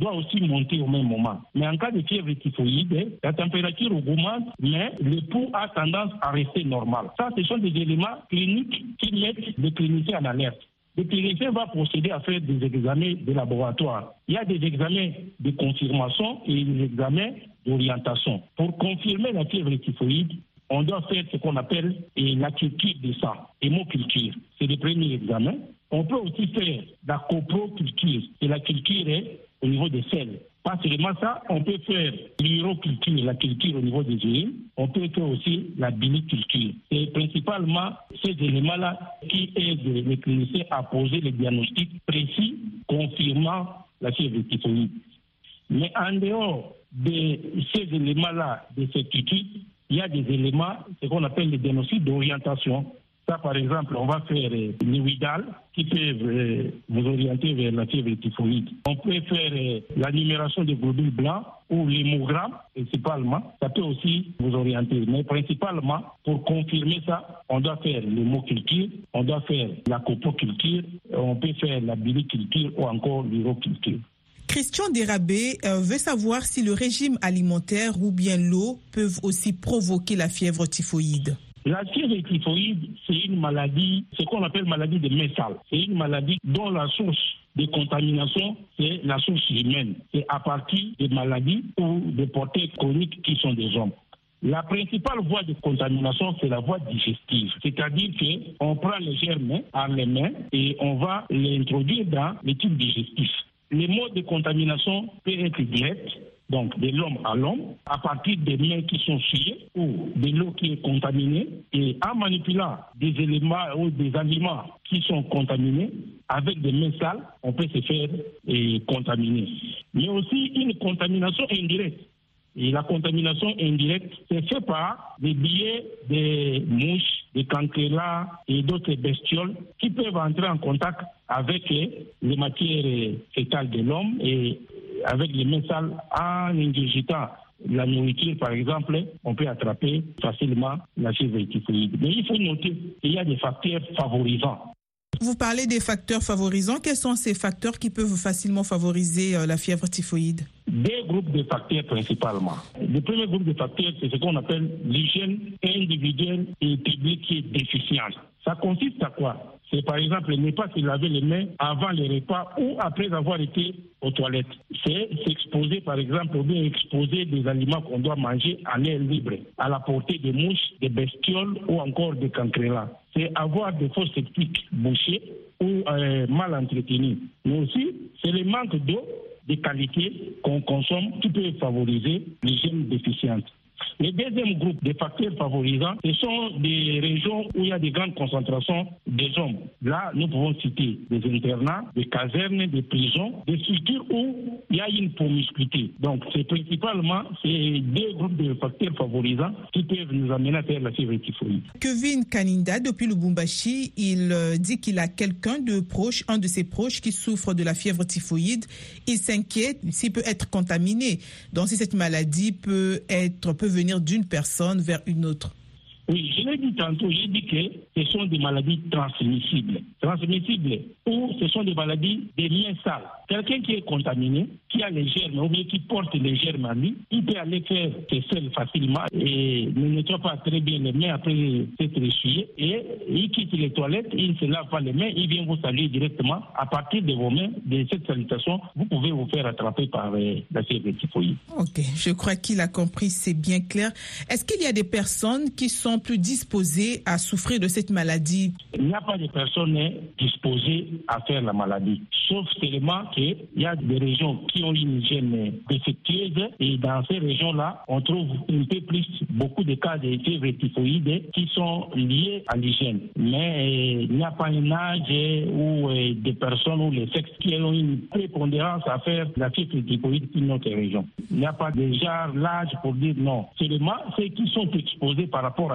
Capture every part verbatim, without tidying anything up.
doit aussi monter au même moment. Mais en cas de fièvre typhoïde, la température augmente, mais le pouls a tendance à rester normal. Ça, ce sont des éléments cliniques qui mettent le clinicien en alerte. Le clinicien va procéder à faire des examens de laboratoire. Il y a des examens de confirmation et des examens d'orientation. Pour confirmer la fièvre typhoïde, on doit faire ce qu'on appelle la culture de sang, hémoculture. C'est le premier examen. On peut aussi faire la coproculture, c'est la culture est au niveau des selles. Pas seulement ça, on peut faire l'uroculture, la culture au niveau des urines. On peut faire aussi la biliculture. C'est principalement ces éléments-là qui aident les cliniciens à poser les diagnostics précis confirmant la fièvre typhoïde. Mais en dehors de ces éléments-là de certitude, il y a des éléments, ce qu'on appelle les diagnostics d'orientation. Ça, par exemple, on va faire euh, les Widal qui peuvent euh, vous orienter vers la fièvre typhoïde. On peut faire euh, la numération des globules blancs ou l'hémogramme, principalement. Ça peut aussi vous orienter. Mais principalement, pour confirmer ça, on doit faire l'hémoculture, on doit faire la coproculture, on peut faire la biliculture ou encore l'uroculture. Christian Dérabé euh, veut savoir si le régime alimentaire ou bien l'eau peuvent aussi provoquer la fièvre typhoïde. La fièvre typhoïde, c'est une maladie, ce qu'on appelle maladie de Messal. C'est une maladie dont la source de contamination, c'est la source humaine. C'est à partir des maladies ou des porteurs chroniques qui sont des hommes. La principale voie de contamination, c'est la voie digestive. C'est-à-dire qu'on prend les germes à les mains et on va les introduire dans les tubes digestifs. Les modes de contamination peuvent être directs, donc de l'homme à l'homme, à partir des mains qui sont souillées ou de l'eau qui est contaminée, et en manipulant des éléments ou des aliments qui sont contaminés, avec des mains sales, on peut se faire eh, contaminer. Mais aussi une contamination indirecte. Et la contamination indirecte, c'est fait par des billets des mouches, des cancrelats et d'autres bestioles qui peuvent entrer en contact avec les matières fétales de l'homme et avec les mains sales en ingurgitant la nourriture, par exemple, on peut attraper facilement la fièvre typhoïde. Mais il faut noter qu'il y a des facteurs favorisants. Vous parlez des facteurs favorisants. Quels sont ces facteurs qui peuvent facilement favoriser euh, la fièvre typhoïde? Deux groupes de facteurs principalement. Le premier groupe de facteurs, c'est ce qu'on appelle l'hygiène individuelle et publique qui est déficiente. Ça consiste à quoi? C'est par exemple ne pas se laver les mains avant les repas ou après avoir été aux toilettes. C'est s'exposer par exemple ou bien exposer des aliments qu'on doit manger à l'air libre, à la portée des mouches, des bestioles ou encore des cancrelats. C'est avoir des fosses septiques bouchées ou euh, mal entretenues. Mais aussi, c'est le manque d'eau de qualité qu'on consomme qui peut favoriser l'hygiène déficiente. Le deuxième groupe de facteurs favorisants, ce sont des régions où il y a de grandes concentrations des hommes. Là, nous pouvons citer des internats, des casernes, des prisons, des structures où il y a une promiscuité. Donc, c'est principalement ces deux groupes de facteurs favorisants qui peuvent nous amener à faire la fièvre typhoïde. Kevin Kaninda, depuis Lubumbashi, il dit qu'il a quelqu'un de proche, un de ses proches qui souffre de la fièvre typhoïde. Il s'inquiète s'il peut être contaminé. Donc, si cette maladie peut être peut venir d'une personne vers une autre. Oui, je l'ai dit tantôt, j'ai dit que ce sont des maladies transmissibles. Transmissibles, ou ce sont des maladies des mains sales. Quelqu'un qui est contaminé, qui a les germes, ou bien qui porte les germes à lui, il peut aller faire ses selles facilement et ne nettoie pas très bien les mains après s'être essuyé. Et il quitte les toilettes, il ne se lave pas les mains, il vient vous saluer directement. À partir de vos mains, de cette salutation, vous pouvez vous faire attraper par euh, la fièvre typhoïde. Ok, je crois qu'il a compris, c'est bien clair. Est-ce qu'il y a des personnes qui sont plus disposées à souffrir de cette maladie? Il n'y a pas de personnes disposées à faire la maladie, sauf seulement qu'il y a des régions qui ont une hygiène défectueuse et dans ces régions-là, on trouve un peu plus beaucoup de cas de fièvre typhoïde qui sont liés à l'hygiène. Mais euh, il n'y a pas un âge ou euh, des personnes ou les sexes qui ont une prépondérance à faire la fièvre typhoïde dans notre région. Il n'y a pas déjà l'âge pour dire non. Seulement ceux qui sont exposés par rapport à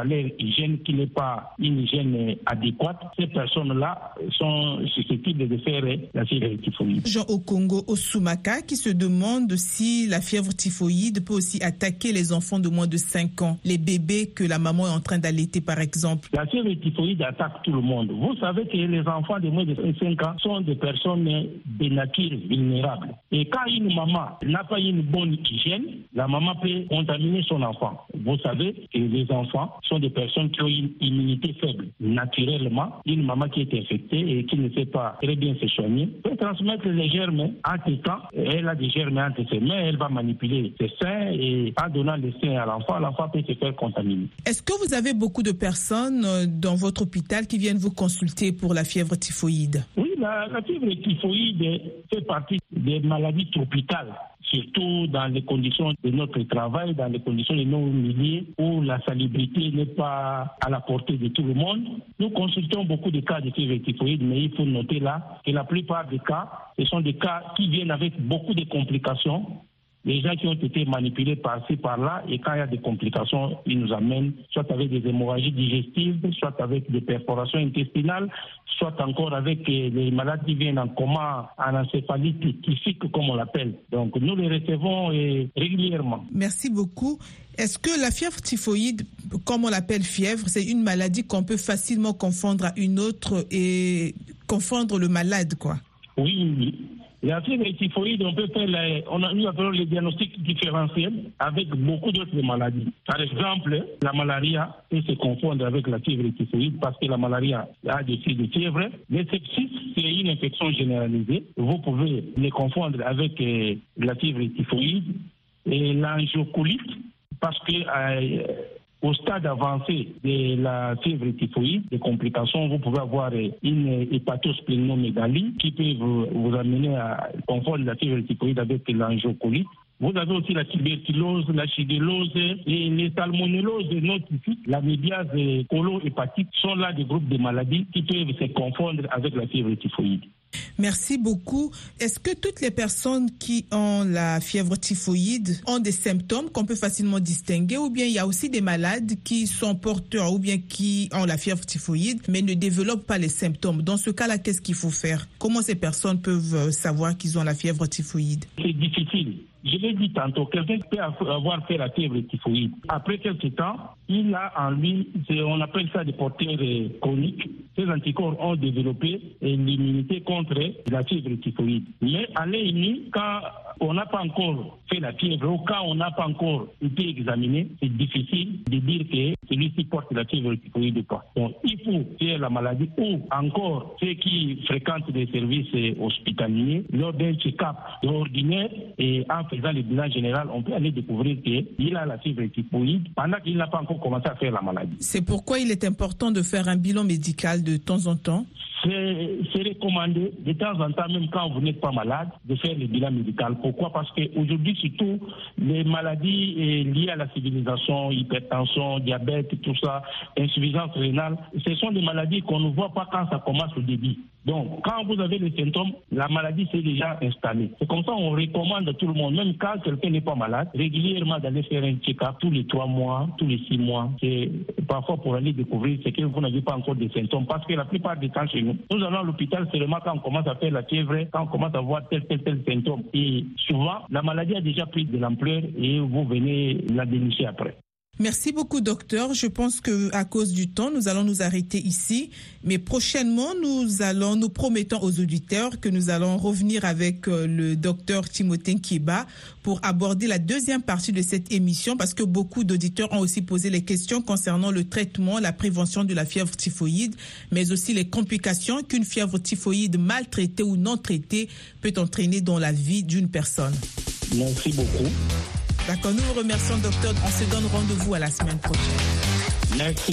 leur hygiène qui n'est pas une hygiène adéquate, ces personnes-là sont susceptibles de faire la fièvre typhoïde. Jean Okongo Osumaka qui se demande si la fièvre typhoïde peut aussi attaquer les enfants de moins de cinq ans, les bébés que la maman est en train d'allaiter par exemple. La fièvre typhoïde attaque tout le monde. Vous savez que les enfants de moins de cinq ans sont des personnes de nature vulnérable. Et quand une maman n'a pas une bonne hygiène, la maman peut contaminer son enfant. Vous savez que les enfants sont des personnes qui ont une immunité faible. Naturellement, une maman qui est infectée et qui ne sait pas très bien se soigner peut transmettre les germes entre temps. Elle a des germes entre ses mains, elle va manipuler ses seins et en donnant les seins à l'enfant, l'enfant peut se faire contaminer. Est-ce que vous avez beaucoup de personnes dans votre hôpital qui viennent vous consulter pour la fièvre typhoïde? Oui, la, la fièvre typhoïde fait partie des maladies tropicales, surtout dans les conditions de notre travail, dans les conditions de nos milieux où la salubrité n'est pas à la portée de tout le monde. Nous consultons beaucoup de cas de fièvre typhoïde, mais il faut noter là que la plupart des cas, ce sont des cas qui viennent avec beaucoup de complications. Les gens qui ont été manipulés par-ci, par-là, et quand il y a des complications, ils nous amènent soit avec des hémorragies digestives, soit avec des perforations intestinales, soit encore avec les malades qui viennent en coma, en encéphalite typhique, comme on l'appelle. Donc nous les recevons et régulièrement. Merci beaucoup. Est-ce que la fièvre typhoïde, comme on l'appelle fièvre, c'est une maladie qu'on peut facilement confondre à une autre et confondre le malade, quoi? Oui, oui. La fièvre typhoïde, on peut faire les, on a, nous appelons les diagnostics différentiels avec beaucoup d'autres maladies. Par exemple, la malaria peut se confondre avec la fièvre typhoïde parce que la malaria a des signes de fièvre. Le sepsis, c'est une infection généralisée. Vous pouvez les confondre avec euh, la fièvre typhoïde et l'angiocolite parce que euh, au stade avancé de la fièvre typhoïde, des complications, vous pouvez avoir une hépatosplénomégalie qui peut vous, vous amener à confondre la fièvre typhoïde avec l'angiocolite. Vous avez aussi la tuberculose, la shigellose et les salmonelloses notifiques, la mébiase et colo-hépatite sont là des groupes de maladies qui peuvent se confondre avec la fièvre typhoïde. Merci beaucoup. Est-ce que toutes les personnes qui ont la fièvre typhoïde ont des symptômes qu'on peut facilement distinguer ou bien il y a aussi des malades qui sont porteurs ou bien qui ont la fièvre typhoïde mais ne développent pas les symptômes? Dans ce cas-là, qu'est-ce qu'il faut faire? Comment ces personnes peuvent savoir qu'ils ont la fièvre typhoïde? C'est difficile. Je l'ai dit tantôt, quelqu'un peut avoir fait la fièvre typhoïde. Après quelques temps, il a en lui, on appelle ça des porteurs chroniques. Ces anticorps ont développé l'immunité contre la fièvre typhoïde. Mais à l'œil nu, quand on n'a pas encore fait la fièvre ou quand on n'a pas encore été examiné, c'est difficile de dire que celui-ci porte la fièvre typhoïde ou pas. Donc, il faut faire la maladie ou encore ceux qui fréquentent des services hospitaliers, lors d'un check-up ordinaire et en faisant le bilan général, on peut aller découvrir qu'il a la fièvre typhoïde pendant qu'il n'a pas encore commencé à faire la maladie. C'est pourquoi il est important de faire un bilan médical de temps en temps? C'est, c'est recommandé de temps en temps, même quand vous n'êtes pas malade, de faire le bilan médical. Pourquoi? Parce qu'aujourd'hui, surtout, les maladies liées à la civilisation, hypertension, diabète, tout ça, insuffisance rénale, ce sont des maladies qu'on ne voit pas quand ça commence au début. Donc, quand vous avez les symptômes, la maladie s'est déjà installée. C'est comme ça qu'on recommande à tout le monde, même quand quelqu'un n'est pas malade, régulièrement d'aller faire un check-up tous les trois mois, tous les six mois. C'est parfois pour aller découvrir ce que vous n'avez pas encore de symptômes. Parce que la plupart des temps chez nous, nous allons à l'hôpital seulement quand on commence à faire la fièvre, quand on commence à voir tel, tel, tel symptôme. Et souvent, la maladie a déjà pris de l'ampleur et vous venez la dénicher après. Merci beaucoup, docteur. Je pense que à cause du temps, nous allons nous arrêter ici. Mais prochainement, nous allons, nous promettons aux auditeurs que nous allons revenir avec euh, le docteur Timothée Nkieba pour aborder la deuxième partie de cette émission parce que beaucoup d'auditeurs ont aussi posé les questions concernant le traitement, la prévention de la fièvre typhoïde, mais aussi les complications qu'une fièvre typhoïde mal traitée ou non traitée peut entraîner dans la vie d'une personne. Merci beaucoup. D'accord, nous vous remercions, docteur. On se donne rendez-vous à la semaine prochaine. Merci.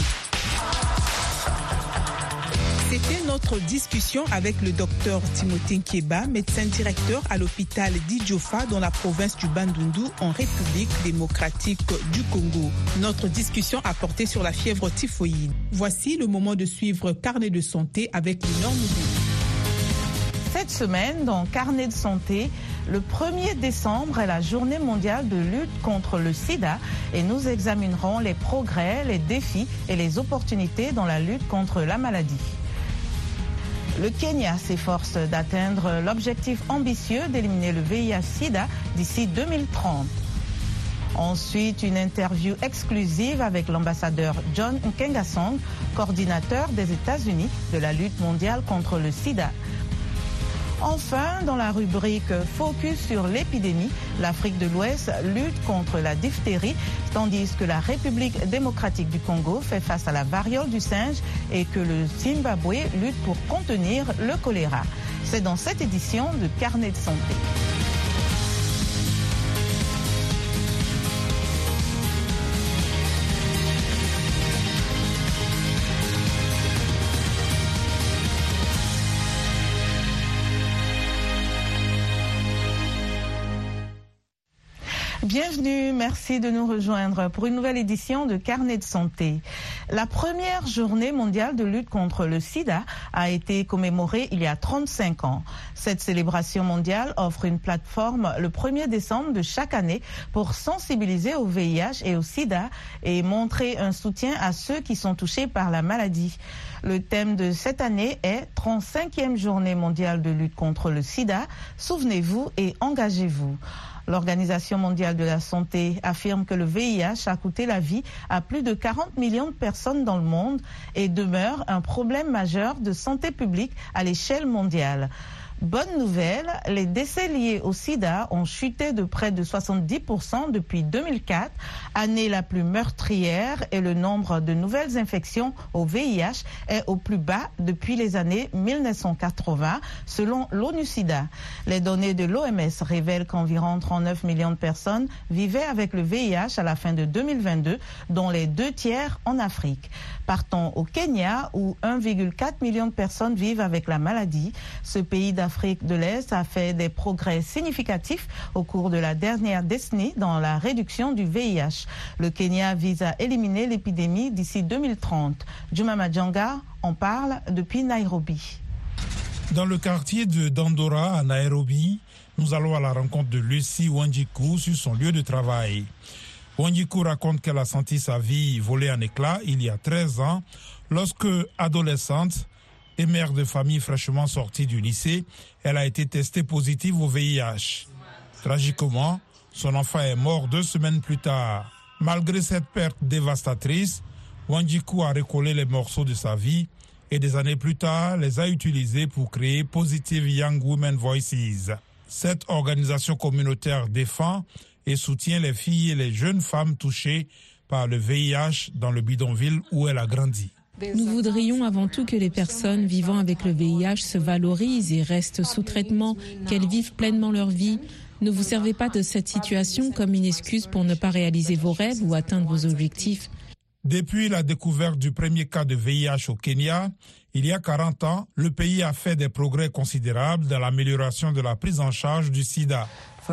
C'était notre discussion avec le docteur Timothée Nkieba, médecin directeur à l'hôpital d'Idjofa dans la province du Bandundu en République démocratique du Congo. Notre discussion a porté sur la fièvre typhoïde. Voici le moment de suivre Carnet de santé avec les normes. Faites Cette semaine, dans Carnet de santé, le premier décembre est la journée mondiale de lutte contre le sida et nous examinerons les progrès, les défis et les opportunités dans la lutte contre la maladie. Le Kenya s'efforce d'atteindre l'objectif ambitieux d'éliminer le V I H-Sida d'ici deux mille trente. Ensuite, une interview exclusive avec l'ambassadeur John Nkengasong, coordinateur des États-Unis de la lutte mondiale contre le sida. Enfin, dans la rubrique Focus sur l'épidémie, l'Afrique de l'Ouest lutte contre la diphtérie, tandis que la République démocratique du Congo fait face à la variole du singe et que le Zimbabwe lutte pour contenir le choléra. C'est dans cette édition de Carnet de santé. Bienvenue, merci de nous rejoindre pour une nouvelle édition de Carnet de santé. La première journée mondiale de lutte contre le sida a été commémorée il y a trente-cinq ans. Cette célébration mondiale offre une plateforme le premier décembre de chaque année pour sensibiliser au V I H et au sida et montrer un soutien à ceux qui sont touchés par la maladie. Le thème de cette année est trente-cinquième journée mondiale de lutte contre le sida. Souvenez-vous et engagez-vous. L'Organisation mondiale de la santé affirme que le V I H a coûté la vie à plus de quarante millions de personnes dans le monde et demeure un problème majeur de santé publique à l'échelle mondiale. Bonne nouvelle, les décès liés au sida ont chuté de près de soixante-dix pour cent depuis deux mille quatre, année la plus meurtrière, et le nombre de nouvelles infections au V I H est au plus bas depuis les années mille neuf cent quatre-vingts, selon l'ONU-SIDA. Les données de l'O M S révèlent qu'environ trente-neuf millions de personnes vivaient avec le V I H à la fin de deux mille vingt-deux, dont les deux tiers en Afrique. Partons au Kenya, où un virgule quatre million de personnes vivent avec la maladie. Ce pays d'Afrique de l'Est a fait des progrès significatifs au cours de la dernière décennie dans la réduction du V I H. Le Kenya vise à éliminer l'épidémie d'ici deux mille trente. Juma Majanga en parle depuis Nairobi. Dans le quartier de Dandora à Nairobi, nous allons à la rencontre de Lucy Wanjiku sur son lieu de travail. Wanjiku raconte qu'elle a senti sa vie voler en éclats il y a treize ans, lorsque, adolescente et mère de famille fraîchement sortie du lycée, elle a été testée positive au V I H. Tragiquement, son enfant est mort deux semaines plus tard. Malgré cette perte dévastatrice, Wanjiku a recollé les morceaux de sa vie et des années plus tard les a utilisés pour créer Positive Young Women Voices. Cette organisation communautaire défend et soutient les filles et les jeunes femmes touchées par le V I H dans le bidonville où elle a grandi. Nous voudrions avant tout que les personnes vivant avec le V I H se valorisent et restent sous traitement, qu'elles vivent pleinement leur vie. Ne vous servez pas de cette situation comme une excuse pour ne pas réaliser vos rêves ou atteindre vos objectifs. Depuis la découverte du premier cas de V I H au Kenya, il y a quarante ans, le pays a fait des progrès considérables dans l'amélioration de la prise en charge du sida.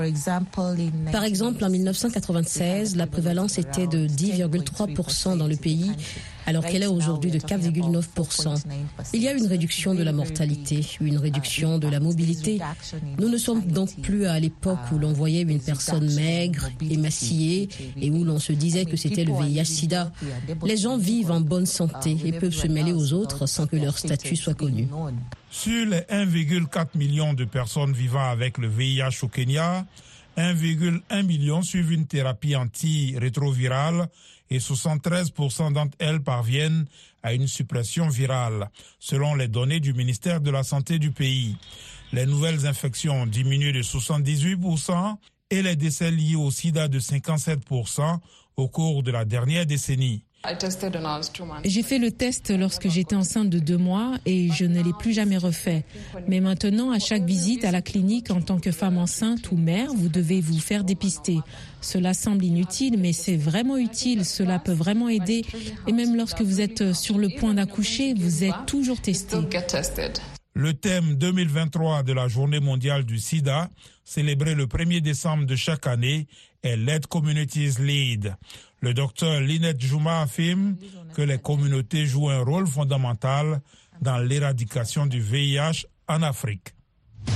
Par exemple, en mille neuf cent quatre-vingt-seize, la prévalence était de dix virgule trois pour cent dans le pays, alors qu'elle est aujourd'hui de quatre virgule neuf pour cent. Il y a une réduction de la mortalité, une réduction de la mobilité. Nous ne sommes donc plus à l'époque où l'on voyait une personne maigre, émaciée, et où l'on se disait que c'était le V I H-Sida. Les gens vivent en bonne santé et peuvent se mêler aux autres sans que leur statut soit connu. Sur les un virgule quatre million de personnes vivant avec le V I H au Kenya, un virgule un million suivent une thérapie antirétrovirale et soixante-treize pour cent d'entre elles parviennent à une suppression virale, selon les données du ministère de la Santé du pays. Les nouvelles infections ont diminué de soixante-dix-huit pour cent et les décès liés au sida de cinquante-sept pour cent au cours de la dernière décennie. J'ai fait le test lorsque j'étais enceinte de deux mois et je ne l'ai plus jamais refait. Mais maintenant, à chaque visite à la clinique en tant que femme enceinte ou mère, vous devez vous faire dépister. Cela semble inutile, mais c'est vraiment utile. Cela peut vraiment aider. Et même lorsque vous êtes sur le point d'accoucher, vous êtes toujours testé. Le thème deux mille vingt-trois de la Journée mondiale du sida, célébré le premier décembre de chaque année, est Let Communities Lead. Le docteur Lynette Juma affirme que les communautés jouent un rôle fondamental dans l'éradication du V I H en Afrique.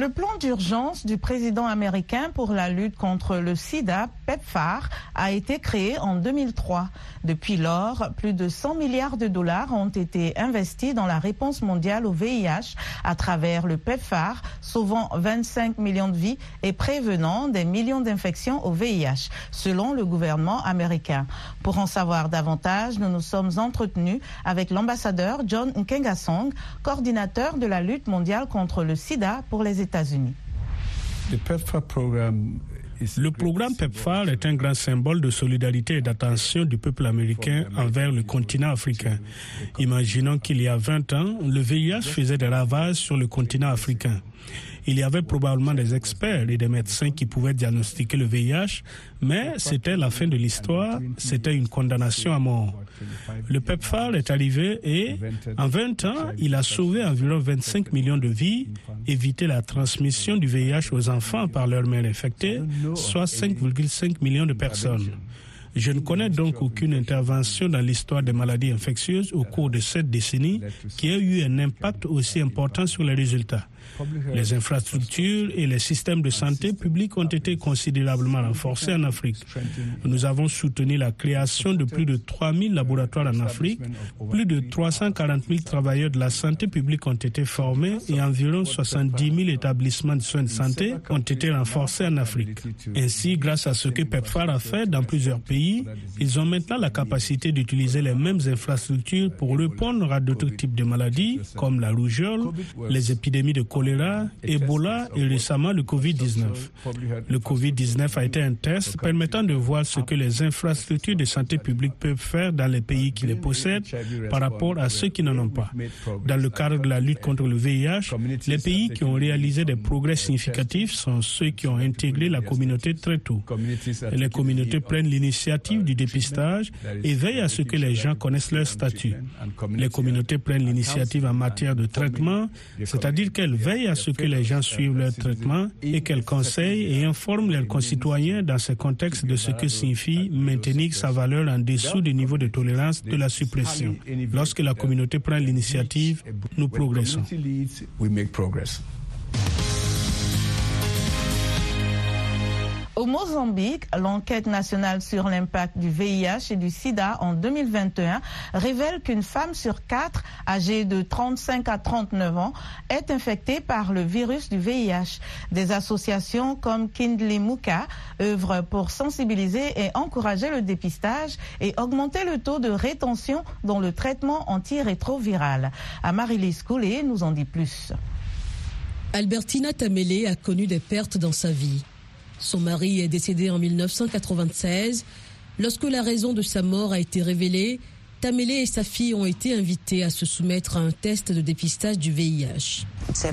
Le plan d'urgence du président américain pour la lutte contre le sida, PEPFAR, a été créé en deux mille trois. Depuis lors, plus de cent milliards de dollars ont été investis dans la réponse mondiale au V I H à travers le PEPFAR, sauvant vingt-cinq millions de vies et prévenant des millions d'infections au V I H, selon le gouvernement américain. Pour en savoir davantage, nous nous sommes entretenus avec l'ambassadeur John Nkengasong, coordinateur de la lutte mondiale contre le sida pour les États-Unis. Le programme PEPFAR est un grand symbole de solidarité et d'attention du peuple américain envers le continent africain. Imaginons qu'il y a vingt ans, le V I H faisait des ravages sur le continent africain. Il y avait probablement des experts et des médecins qui pouvaient diagnostiquer le V I H, mais c'était la fin de l'histoire, c'était une condamnation à mort. Le PEPFAR est arrivé et, en vingt ans, il a sauvé environ vingt-cinq millions de vies, évité la transmission du V I H aux enfants par leur mère infectée, soit cinq virgule cinq millions de personnes. Je ne connais donc aucune intervention dans l'histoire des maladies infectieuses au cours de cette décennie qui a eu un impact aussi important sur les résultats. Les infrastructures et les systèmes de santé publique ont été considérablement renforcés en Afrique. Nous avons soutenu la création de plus de trois mille laboratoires en Afrique. Plus de trois cent quarante mille travailleurs de la santé publique ont été formés et environ soixante-dix mille établissements de soins de santé ont été renforcés en Afrique. Ainsi, grâce à ce que PEPFAR a fait dans plusieurs pays, ils ont maintenant la capacité d'utiliser les mêmes infrastructures pour répondre à d'autres types de maladies comme la rougeole, les épidémies de choléra, Ebola et récemment le covid dix-neuf. Le covid dix-neuf a été un test permettant de voir ce que les infrastructures de santé publique peuvent faire dans les pays qui les possèdent par rapport à ceux qui n'en ont pas. Dans le cadre de la lutte contre le V I H, les pays qui ont réalisé des progrès significatifs sont ceux qui ont intégré la communauté très tôt. Les communautés prennent l'initiative du dépistage et veillent à ce que les gens connaissent leur statut. Les communautés prennent l'initiative en matière de traitement, c'est-à-dire qu'elles veillent à ce que les gens suivent leur traitement et qu'elles conseillent et informent leurs concitoyens dans ce contexte de ce que signifie maintenir sa valeur en dessous du niveau de tolérance de la suppression. Lorsque la communauté prend l'initiative, nous progressons. Au Mozambique, l'enquête nationale sur l'impact du V I H et du sida en deux mille vingt et un révèle qu'une femme sur quatre, âgée de trente-cinq à trente-neuf ans, est infectée par le virus du V I H. Des associations comme Kindly Muka œuvrent pour sensibiliser et encourager le dépistage et augmenter le taux de rétention dans le traitement antirétroviral. Amaryllis Koulé nous en dit plus. Albertina Tamele a connu des pertes dans sa vie. Son mari est décédé en mille neuf cent quatre-vingt-seize. Lorsque la raison de sa mort a été révélée, Tamele et sa fille ont été invitées à se soumettre à un test de dépistage du V I H.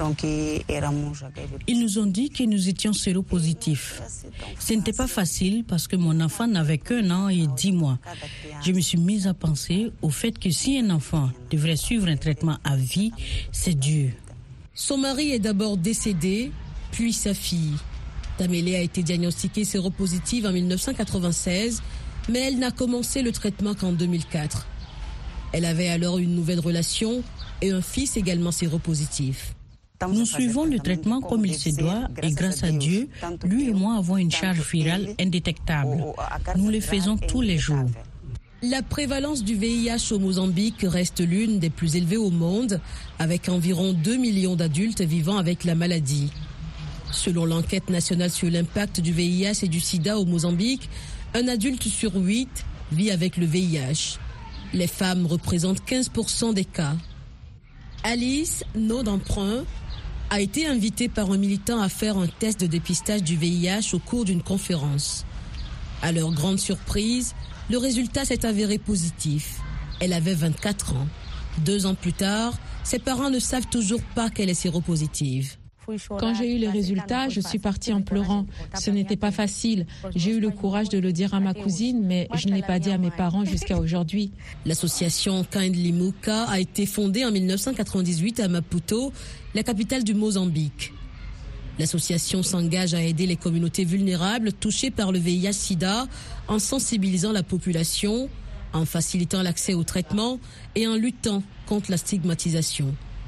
Ils nous ont dit que nous étions séropositifs. Ce n'était pas facile parce que mon enfant n'avait qu'un an et dix mois. Je me suis mise à penser au fait que si un enfant devrait suivre un traitement à vie, c'est dur. Son mari est d'abord décédé, puis sa fille. Tamele a été diagnostiquée séropositive en mille neuf cent quatre-vingt-seize, mais elle n'a commencé le traitement qu'en deux mille quatre. Elle avait alors une nouvelle relation et un fils également séropositif. Nous suivons le traitement comme il se doit et grâce à Dieu, lui et moi avons une charge virale indétectable. Nous le faisons tous les jours. La prévalence du V I H au Mozambique reste l'une des plus élevées au monde, avec environ deux millions d'adultes vivant avec la maladie. Selon l'enquête nationale sur l'impact du V I H et du sida au Mozambique, un adulte sur huit vit avec le V I H. Les femmes représentent quinze pour cent des cas. Alice, nom d'emprunt, a été invitée par un militant à faire un test de dépistage du V I H au cours d'une conférence. À leur grande surprise, le résultat s'est avéré positif. Elle avait vingt-quatre ans. Deux ans plus tard, ses parents ne savent toujours pas qu'elle est séropositive. Quand j'ai eu les résultats, je suis partie en pleurant. Ce n'était pas facile. J'ai eu le courage de le dire à ma cousine, mais je ne l'ai pas dit à mes parents jusqu'à aujourd'hui. L'association Kindly Muka a été fondée en mille neuf cent quatre-vingt-dix-huit à Maputo, la capitale du Mozambique. L'association s'engage à aider les communautés vulnérables touchées par le V I H-Sida en sensibilisant la population, en facilitant l'accès au traitement et en luttant contre la stigmatisation.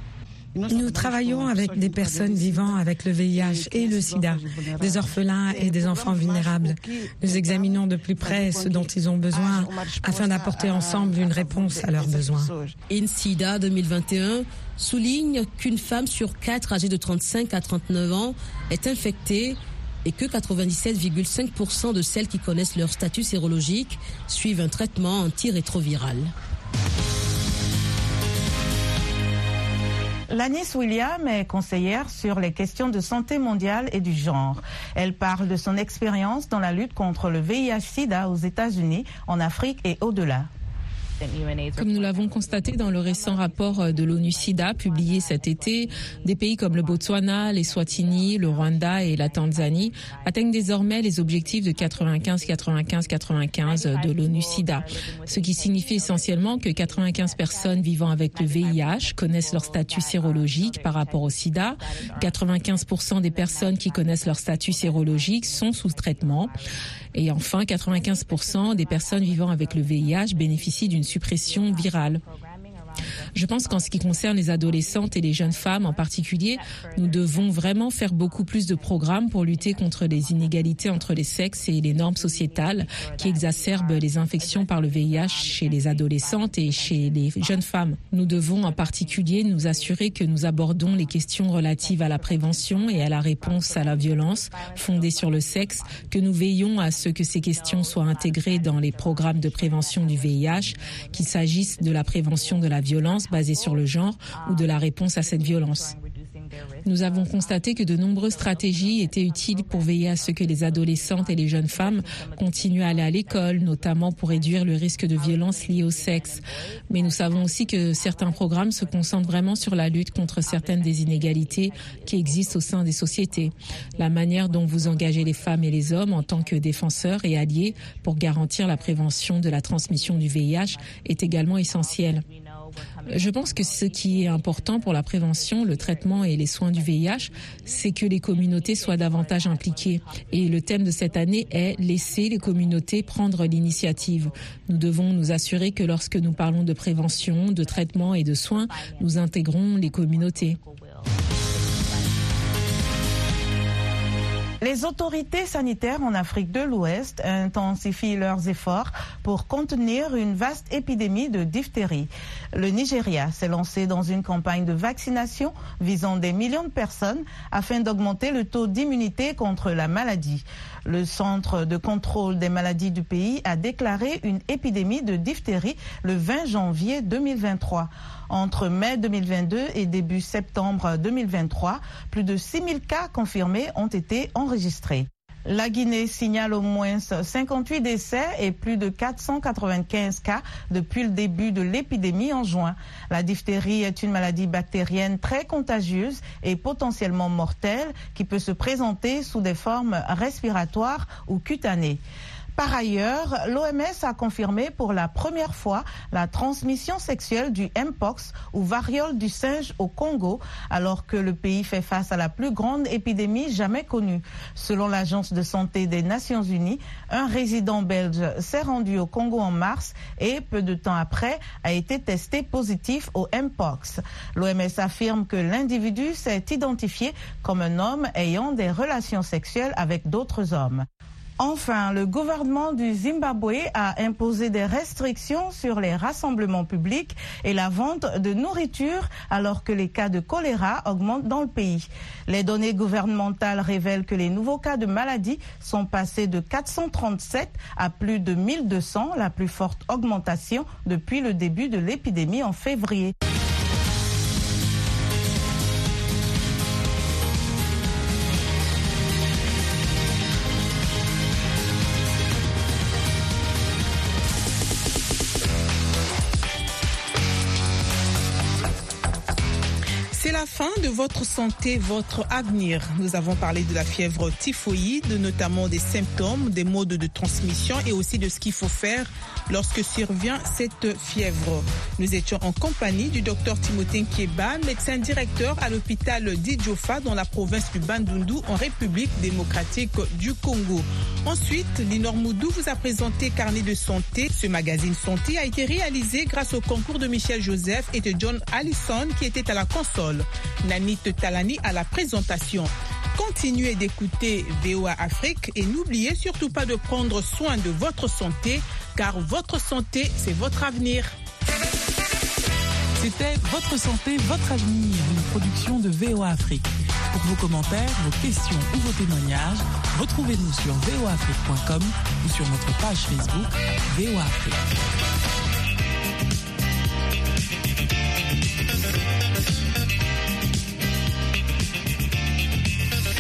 Nous travaillons avec des personnes vivant avec le V I H et le sida, des orphelins et des enfants vulnérables. Nous examinons de plus près ce dont ils ont besoin afin d'apporter ensemble une réponse à leurs besoins. INSIDA deux mille vingt et un souligne qu'une femme sur quatre âgée de trente-cinq à trente-neuf ans est infectée et que quatre-vingt-dix-sept virgule cinq pour cent de celles qui connaissent leur statut sérologique suivent un traitement antirétroviral. Lanice William est conseillère sur les questions de santé mondiale et du genre. Elle parle de son expérience dans la lutte contre le V I H sida aux États-Unis, en Afrique et au-delà. Comme nous l'avons constaté dans le récent rapport de l'ONU-SIDA publié cet été, des pays comme le Botswana, l'Eswatini, le Rwanda et la Tanzanie atteignent désormais les objectifs de quatre-vingt-quinze quatre-vingt-quinze quatre-vingt-quinze de l'ONU-SIDA, ce qui signifie essentiellement que quatre-vingt-quinze personnes vivant avec le V I H connaissent leur statut sérologique par rapport au sida, quatre-vingt-quinze pour cent des personnes qui connaissent leur statut sérologique sont sous traitement, et enfin quatre-vingt-quinze pour cent des personnes vivant avec le V I H bénéficient d'une suppression virale. Je pense qu'en ce qui concerne les adolescentes et les jeunes femmes en particulier, nous devons vraiment faire beaucoup plus de programmes pour lutter contre les inégalités entre les sexes et les normes sociétales qui exacerbent les infections par le V I H chez les adolescentes et chez les jeunes femmes. Nous devons en particulier nous assurer que nous abordons les questions relatives à la prévention et à la réponse à la violence fondée sur le sexe, que nous veillons à ce que ces questions soient intégrées dans les programmes de prévention du V I H, qu'il s'agisse de la prévention de la violence basée sur le genre ou de la réponse à cette violence. Nous avons constaté que de nombreuses stratégies étaient utiles pour veiller à ce que les adolescentes et les jeunes femmes continuent à aller à l'école, notamment pour réduire le risque de violence lié au sexe. Mais nous savons aussi que certains programmes se concentrent vraiment sur la lutte contre certaines des inégalités qui existent au sein des sociétés. La manière dont vous engagez les femmes et les hommes en tant que défenseurs et alliés pour garantir la prévention de la transmission du V I H est également essentielle. Je pense que ce qui est important pour la prévention, le traitement et les soins du V I H, c'est que les communautés soient davantage impliquées. Et le thème de cette année est « Laisser les communautés prendre l'initiative ». Nous devons nous assurer que lorsque nous parlons de prévention, de traitement et de soins, nous intégrons les communautés. Les autorités sanitaires en Afrique de l'Ouest intensifient leurs efforts pour contenir une vaste épidémie de diphtérie. Le Nigeria s'est lancé dans une campagne de vaccination visant des millions de personnes afin d'augmenter le taux d'immunité contre la maladie. Le Centre de contrôle des maladies du pays a déclaré une épidémie de diphtérie le vingt janvier deux mille vingt-trois. Entre mai deux mille vingt-deux et début septembre deux mille vingt-trois, plus de six mille cas confirmés ont été enregistrés. La Guinée signale au moins cinquante-huit décès et plus de quatre cent quatre-vingt-quinze cas depuis le début de l'épidémie en juin. La diphtérie est une maladie bactérienne très contagieuse et potentiellement mortelle qui peut se présenter sous des formes respiratoires ou cutanées. Par ailleurs, l'O M S a confirmé pour la première fois la transmission sexuelle du Mpox ou variole du singe au Congo, alors que le pays fait face à la plus grande épidémie jamais connue. Selon l'Agence de santé des Nations Unies, un résident belge s'est rendu au Congo en mars et, peu de temps après, a été testé positif au Mpox. L'O M S affirme que l'individu s'est identifié comme un homme ayant des relations sexuelles avec d'autres hommes. Enfin, le gouvernement du Zimbabwe a imposé des restrictions sur les rassemblements publics et la vente de nourriture alors que les cas de choléra augmentent dans le pays. Les données gouvernementales révèlent que les nouveaux cas de maladie sont passés de quatre cent trente-sept à plus de mille deux cents, la plus forte augmentation depuis le début de l'épidémie en février. C'est la fin de Votre santé, votre avenir. Nous avons parlé de la fièvre typhoïde, notamment des symptômes, des modes de transmission et aussi de ce qu'il faut faire lorsque survient cette fièvre. Nous étions en compagnie du docteur Timothée Nkieba, médecin directeur à l'hôpital d'Idjofa dans la province du Bandundu en République démocratique du Congo. Ensuite, Linor Moudou vous a présenté Carnet de santé. Ce magazine santé a été réalisé grâce au concours de Michel Joseph et de John Allison qui étaient à la console. Nanit Talani à la présentation. Continuez d'écouter V O A Afrique et n'oubliez surtout pas de prendre soin de votre santé, car votre santé, c'est votre avenir. C'était Votre santé, votre avenir, une production de V O A Afrique. Pour vos commentaires, vos questions ou vos témoignages, retrouvez-nous sur v o afrique point com ou sur notre page Facebook V O A Afrique.